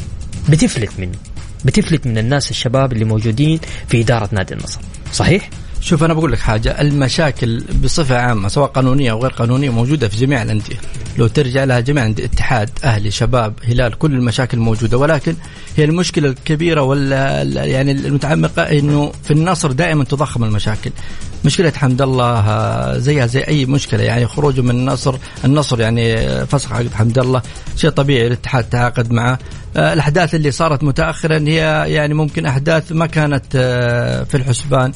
بتفلت من الناس الشباب اللي موجودين في إدارة نادي النصر. صحيح؟ شوف أنا بقول لك حاجة، المشاكل بصفة عامة سواء قانونية أو غير قانونية موجودة في جميع الأندية، لو ترجع لها جميع اتحاد، أهلي، شباب، هلال، كل المشاكل موجودة. ولكن هي المشكلة الكبيرة ولا يعني المتعمقة إنه في النصر دائما تضخم المشاكل. مشكلة حمد الله زيها زي أي مشكلة، يعني خروجه من النصر يعني فسخ عقد حمد الله شيء طبيعي، الاتحاد تعاقد معه. الأحداث اللي صارت متأخرا هي يعني ممكن أحداث ما كانت في الحسبان.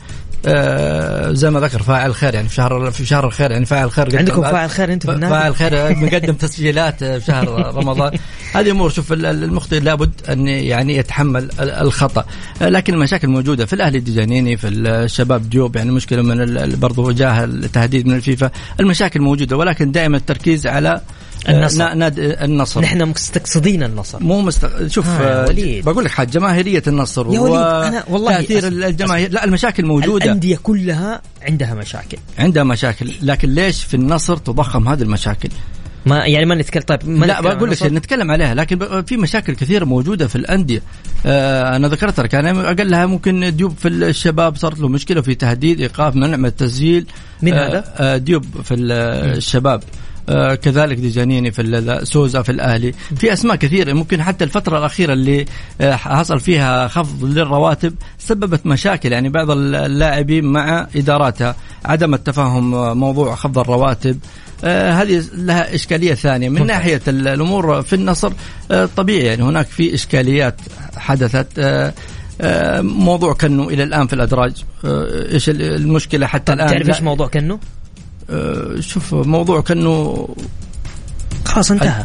زي ما ذكر فاعل خير، يعني في شهر الخير، يعني فاعل خير عندكم فاعل خير انتم في النادي، فاعل خير مقدم تسجيلات في شهر رمضان. هذه امور شوف المخطئ لابد ان يعني يتحمل الخطا، لكن المشاكل موجوده في الاهلي الدجانيني، في الشباب ديوب، يعني مشكله من برضه جاه التهديد من الفيفا. المشاكل موجوده، ولكن دائما التركيز على نادي النصر. نحن مستقصدين النصر، مو شوف بقول لك حاجه، جماهيريه النصر وتاثير الجماهير، لا المشاكل موجوده، الأندية كلها عندها مشاكل، لكن ليش في النصر تضخم هذه المشاكل؟ ما يعني ما نتكلم. طيب لا بقول لك نتكلم عليها، لكن في مشاكل كثيرة موجودة في الأندية. أنا ذكرت لك أنا أقلها ممكن ديوب في الشباب صارت له مشكلة في تهديد، إيقاف، منع من التسجيل. من هذا ديوب في الشباب، كذلك ديجانيني في سوزا في الأهلي. في أسماء كثيرة، ممكن حتى الفترة الأخيرة اللي حصل فيها خفض للرواتب سببت مشاكل، يعني بعض اللاعبين مع إداراتها عدم التفاهم موضوع خفض الرواتب. هذه لها إشكالية ثانية من ناحية الأمور في النصر. طبيعي يعني هناك في إشكاليات حدثت. موضوع كنو إلى الآن في الأدراج، إيش المشكلة حتى الآن؟ تعرف إيش موضوع كنو؟ شوف موضوع كنو خلاص انتهى،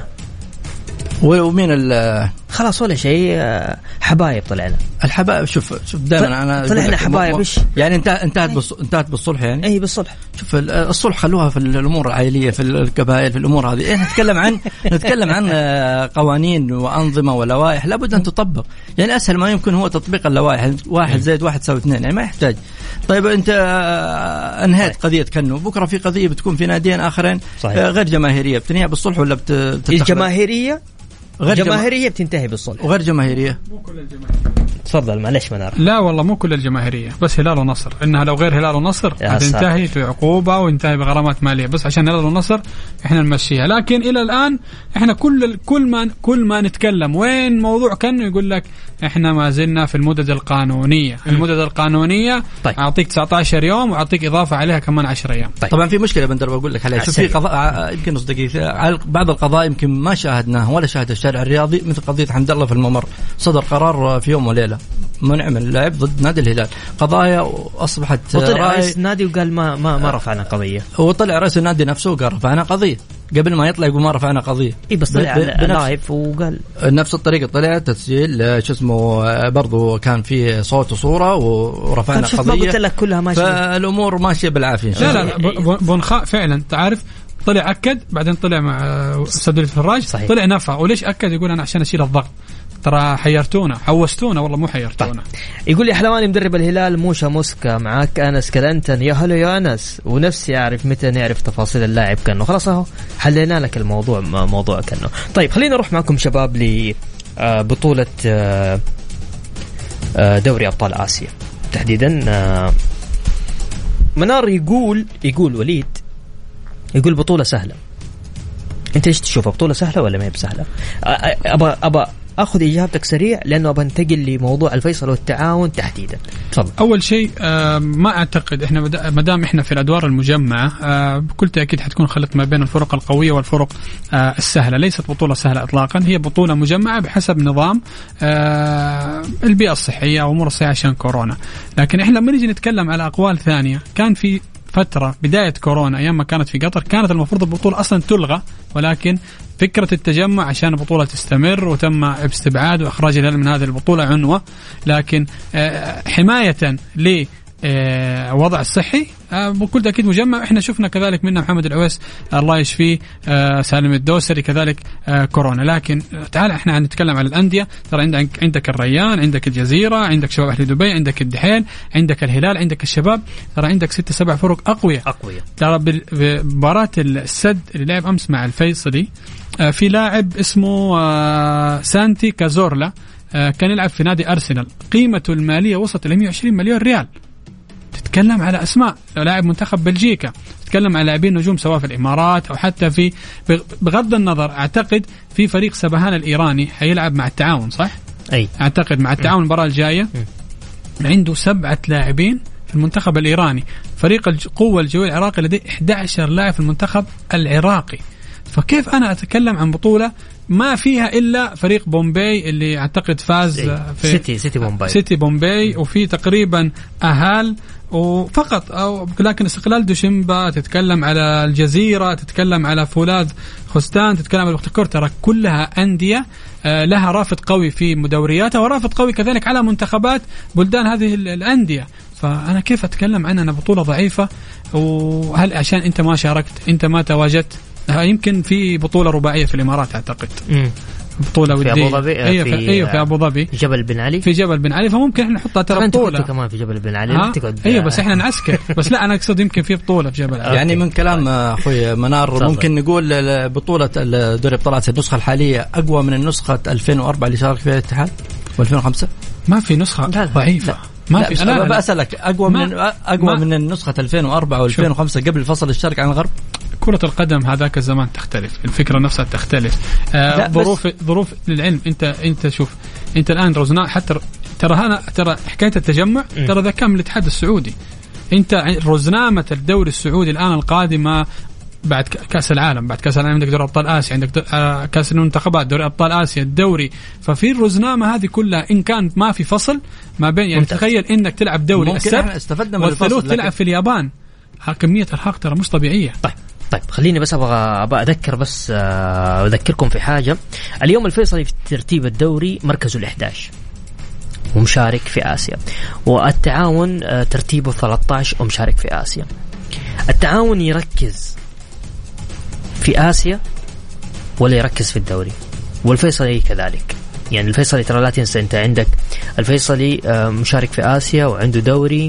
ومين خلاص ولا شيء، حبايب طلعنا الحبايب. شوف دائما انا طلعنا حبايب، مش يعني انتهت بالصلح، يعني اي بالصلح. شوف الصلح خلوها في الامور العائليه، في القبائل، في الامور هذه. نتكلم عن قوانين وانظمه ولوائح لابد ان تطبق، يعني اسهل ما يمكن هو تطبيق اللوائح. 1 زائد 1 يساوي 2، يعني ما يحتاج. طيب انت انهيت قضيه كنو، بكره في قضيه بتكون في ناديين اخرين غير جماهيريه، بتنهيها بالصلح ولا الجماهيريه غير جماهيرية بتنتهي بالصلح، وغير جماهيرية. مو كل الجماهيرية. تفضل معلش منار. لا والله مو كل الجماهيرية، بس هلال ونصر. إنها لو غير هلال ونصر هتنتهي في عقوبة وينتهي بغرامات مالية، بس عشان هلال ونصر إحنا نمشيها. لكن إلى الآن إحنا كل ما نتكلم وين موضوع كانه يقول لك إحنا ما زلنا في المدد القانونية. المدد القانونية طيب. أعطيك 19 يوم وأعطيك إضافة عليها كمان 10 أيام. طيب. طبعا في مشكلة بندر بقول لك عليها. شوف في قضاء يمكن نص دقيقة، بعض القضاء يمكن ما شاهدناه ولا شاهد الشارع الرياضي، مثل قضية حمد الله في الممر. صدر قرار في يوم وليلة منع من اللاعب ضد نادي الهلال، قضايا أصبحت. وطلع رئيس النادي وقال ما رفعنا قضية. وطلع رئيس النادي نفسه وقال رفعنا قضية قبل ما يطلع، يقول ما رفعنا قضية. إيه بس طلع لايف وقال نفس الطريقة، طلع تسجيل شو اسمه برضو كان فيه صوت وصورة ورفعنا قضية. ما قلت لك كلها ماشية، فالأمور ماشية بالعافية. لا بنخاء فعلا تعرف. طلع أكد، بعدين طلع مع سدد الفراج، طلع نفع. وليش أكد؟ يقول أنا عشان أشيل الضغط. ترى حيرتونا، حوستونا، والله مو حيرتونا. طيب. يقول لي حلواني مدرب الهلال موشا موسكا معك أنس كلنتن. يا هلا يا أنس، ونفسي أعرف متى نعرف تفاصيل اللاعب كنو. خلاص أهو حلينا لك الموضوع، موضوع كنو. طيب خلينا نروح معكم شباب لبطولة دوري أبطال آسيا تحديدا. منار يقول وليد يقول بطولة سهلة. أنت إيش تشوفها، بطولة سهلة ولا ما هي بسهلة؟ أبا أخذ إجابتك سريع، لأنه أبا ننتقل لموضوع الفيصل والتعاون تحديدا. تفضل. أول شيء ما أعتقد إحنا مدام إحنا في الأدوار المجمعة بكل تأكيد حتكون خلط ما بين الفرق القوية والفرق السهلة. ليست بطولة سهلة إطلاقا، هي بطولة مجمعة بحسب نظام البيئة الصحية وأمور الصحية عشان كورونا. لكن إحنا لما نيجي نتكلم على أقوال ثانية، كان في فترة بداية كورونا أيام ما كانت في قطر كانت المفروض البطولة أصلا تلغى، ولكن فكرة التجمع عشان البطولة تستمر وتم استبعاد وإخراج الهلال من هذه البطولة عنوة، لكن حماية وضع الصحي بكل تأكيد مجمع. احنا شفنا كذلك منا محمد العويس الله يشفيه، سالم الدوسري كذلك كورونا. لكن تعال احنا نتكلم على الأندية، ترى عندك الريان، عندك الجزيرة، عندك شباب أهلي دبي، عندك الدحيل، عندك الهلال، عندك الشباب، ترى عندك 6-7 فرق أقوية. ترى بمباراة السد اللي لعب أمس مع الفيصلي في لاعب اسمه سانتي كازورلا كان يلعب في نادي أرسنال، قيمته المالية وصلت إلى 120 مليون ريال. تتكلم على أسماء لاعب منتخب بلجيكا، تتكلم على لاعبين نجوم سواء في الإمارات أو حتى في، بغض النظر أعتقد في فريق سبهان الإيراني حيلعب مع التعاون، صح؟ أي أعتقد مع التعاون المباراة الجاية عنده 7 لاعبين في المنتخب الإيراني. فريق القوة الجوية العراقي لديه 11 لاعب في المنتخب العراقي. فكيف أنا أتكلم عن بطولة ما فيها إلا فريق بومباي اللي أعتقد فاز في سيتي بومباي وفي تقريبا أهال وفقط، لكن استقلال دوشنبا، تتكلم على الجزيرة، تتكلم على فولاذ خستان، تتكلم على الوقتكور، ترى كلها أندية لها رافد قوي في مدورياتها ورافد قوي كذلك على منتخبات بلدان هذه الأندية. فأنا كيف أتكلم عن أنها بطولة ضعيفة؟ وهل عشان أنت ما شاركت، أنت ما تواجدت؟ يمكن في بطولة رباعية في الإمارات أعتقد، بطولة ودية في أبو ظبي، في أبو ظبي، في جبل بن علي، فممكن احنا نحطها ترى بطولة كمان في جبل بن علي. ايوه بس احنا نعسكر بس لا انا اقصد يمكن في بطولة في جبل يعني من كلام اخوي منار ممكن نقول بطولة دوري ابطال اسيا النسخة الحالية اقوى من النسخة 2004 اللي شارك فيها الاتحاد و2005. ما في نسخة ضعيفة، ما في. أنا بسألك أقوى من النسخة 2004 و2005 قبل فصل الشرق عن الغرب. كرة القدم هذاك الزمان تختلف، الفكرة نفسها تختلف، ظروف للعلم. انت شوف، انت الآن روزنا حتى ترى حكاية التجمع ترى ذا كان من الاتحاد السعودي. انت رزنامة الدوري السعودي الآن القادمة بعد كأس العالم، عندك دوري أبطال آسيا، عندك كأس المنتخبات، دوري أبطال آسيا، الدوري. ففي الرزنامة هذه كلها إن كان ما في فصل ما بين، يعني تخيل إنك تلعب دوري السبت والثلوث تلعب في اليابان، كمية الحق ترى مش طبيعية. طيب خليني بس أبغى أذكر بس أذكركم في حاجة. اليوم الفيصلي في ترتيب الدوري مركزه 11 ومشارك في آسيا، والتعاون ترتيبه 13 ومشارك في آسيا. التعاون يركز في آسيا ولا يركز في الدوري، والفيصلي كذلك. يعني الفيصلي ترى لا تنسى، أنت عندك الفيصلي مشارك في آسيا وعنده دوري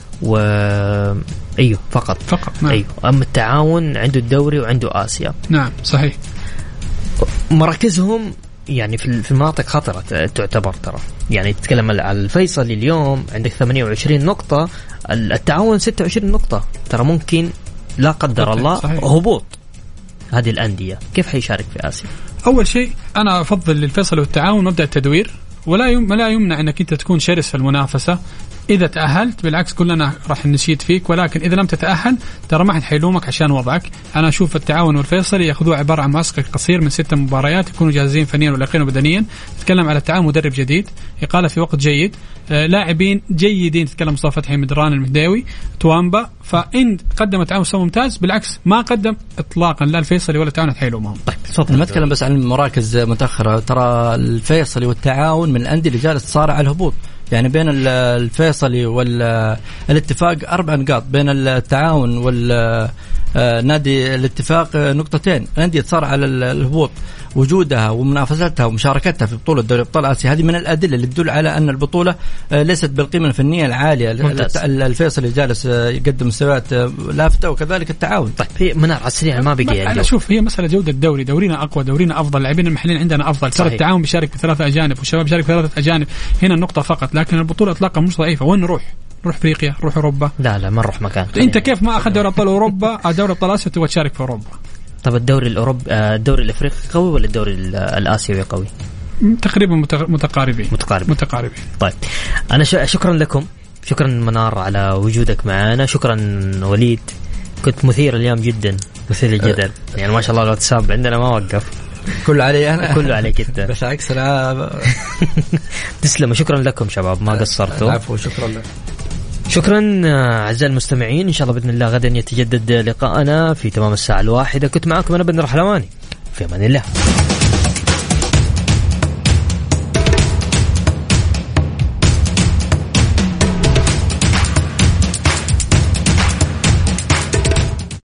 أيوه فقط نعم. أيوه. أما التعاون عنده الدوري وعنده آسيا. نعم صحيح. مراكزهم يعني في المناطق خطرة تعتبر. ترى يعني تتكلم على الفيصلي اليوم عندك 28 نقطة، التعاون 26 نقطة. ترى ممكن لا قدر الله صحيح. هبوط هذه الأندية كيف حيشارك في آسيا؟ أول شيء أنا أفضل للفيصل والتعاون مبدأ التدوير، ولا يمنع أنك أنت تكون شرس في المنافسة. إذا تأهلت بالعكس كلنا راح نشيد فيك، ولكن إذا لم تتأهل ترى ما حد حيلومك عشان وضعك. أنا أشوف التعاون والفيصل يأخذوه عبارة عن معسكر قصير من 6 مباريات، يكونوا جاهزين فنيا ولاقين وبدنيا. تتكلم على التعاون مدرب جديد، إقالة في وقت جيد، لاعبين جيدين، تتكلم مصطفى فتحي، مدران، المهداوي، توامبا. فإن قدم التعاون مستوى ممتاز، بالعكس ما قدم إطلاقا لا الفيصلي ولا التعاون حيلومهم. طيب ما أتكلم بس عن المراكز متأخرة، ترى الفيصلي والتعاون من الأندية اللي جالس تصارع على الهبوط. يعني بين الفيصلي والاتفاق 4 نقاط، بين التعاون والنادي الاتفاق 2 نقطتين. الأندية تصارع على الهبوط. وجودها ومنافستها ومشاركتها في بطولة دوري أبطال آسيا هذه من الأدلة اللي تدل على أن البطولة ليست بالقيمة الفنية العالية. الفيصلي جالس يقدم مستويات لافتة وكذلك التعاون. طيب في منار عسرية ما بقي أنا شوف هي مسألة جودة الدوري، دورينا أقوى، دورينا أفضل، لاعبين المحليين عندنا أفضل. ترى التعاون بيشارك ب3 أجانب والشباب بيشارك ب3 أجانب، هنا النقطة فقط. لكن البطولة إطلاقا مش ضعيفة. وين نروح أفريقيا، نروح أوروبا؟ لا ما نروح مكان. أنت كيف ما أخذ دوري أبطال أوروبا دوري أبطال آسيا تبغى تشارك في أوروبا؟ طب الدوري الأوروبي الدوري الأفريقي قوي ولا الدوري الآسيوي قوي؟ تقريبا متقاربين. طيب أنا شكرا لكم، شكرا منار على وجودك معنا، شكرا وليد، كنت مثير اليوم جدا، مثير الجدل يعني ما شاء الله الواتساب عندنا ما وقف. كله علي أنا، كله عليك أنت. بس عكس أنا. تسلم. شكرا لكم شباب ما قصرتوا. عفوا. شكرا لك. شكرا أعزائي المستمعين، إن شاء الله بإذن الله غدا يتجدد لقاءنا في تمام الساعة 1. كنت معكم أنا بندر حلواني، في أمان الله.